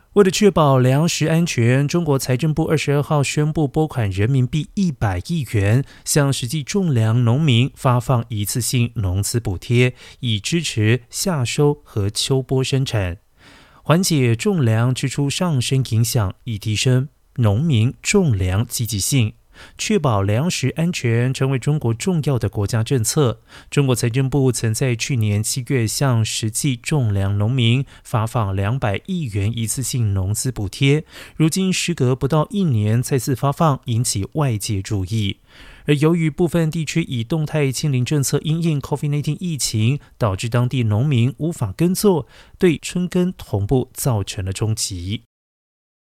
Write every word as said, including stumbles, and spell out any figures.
为了确保粮食安全，中国财政部二十二号宣布拨款人民币一百亿元，向实际种粮农民发放一次性农资补贴，以支持夏收和秋播生产，缓解种粮支出上升影响，以提升农民种粮积极性。确保粮食安全成为中国重要的国家政策。中国财政部曾在去年七月向实际种粮农民发放两百亿元一次性农资补贴，如今时隔不到一年再次发放，引起外界注意。而由于部分地区以动态清零政策因应 COVID 十九 疫情，导致当地农民无法耕作，对春耕同步造成了冲击。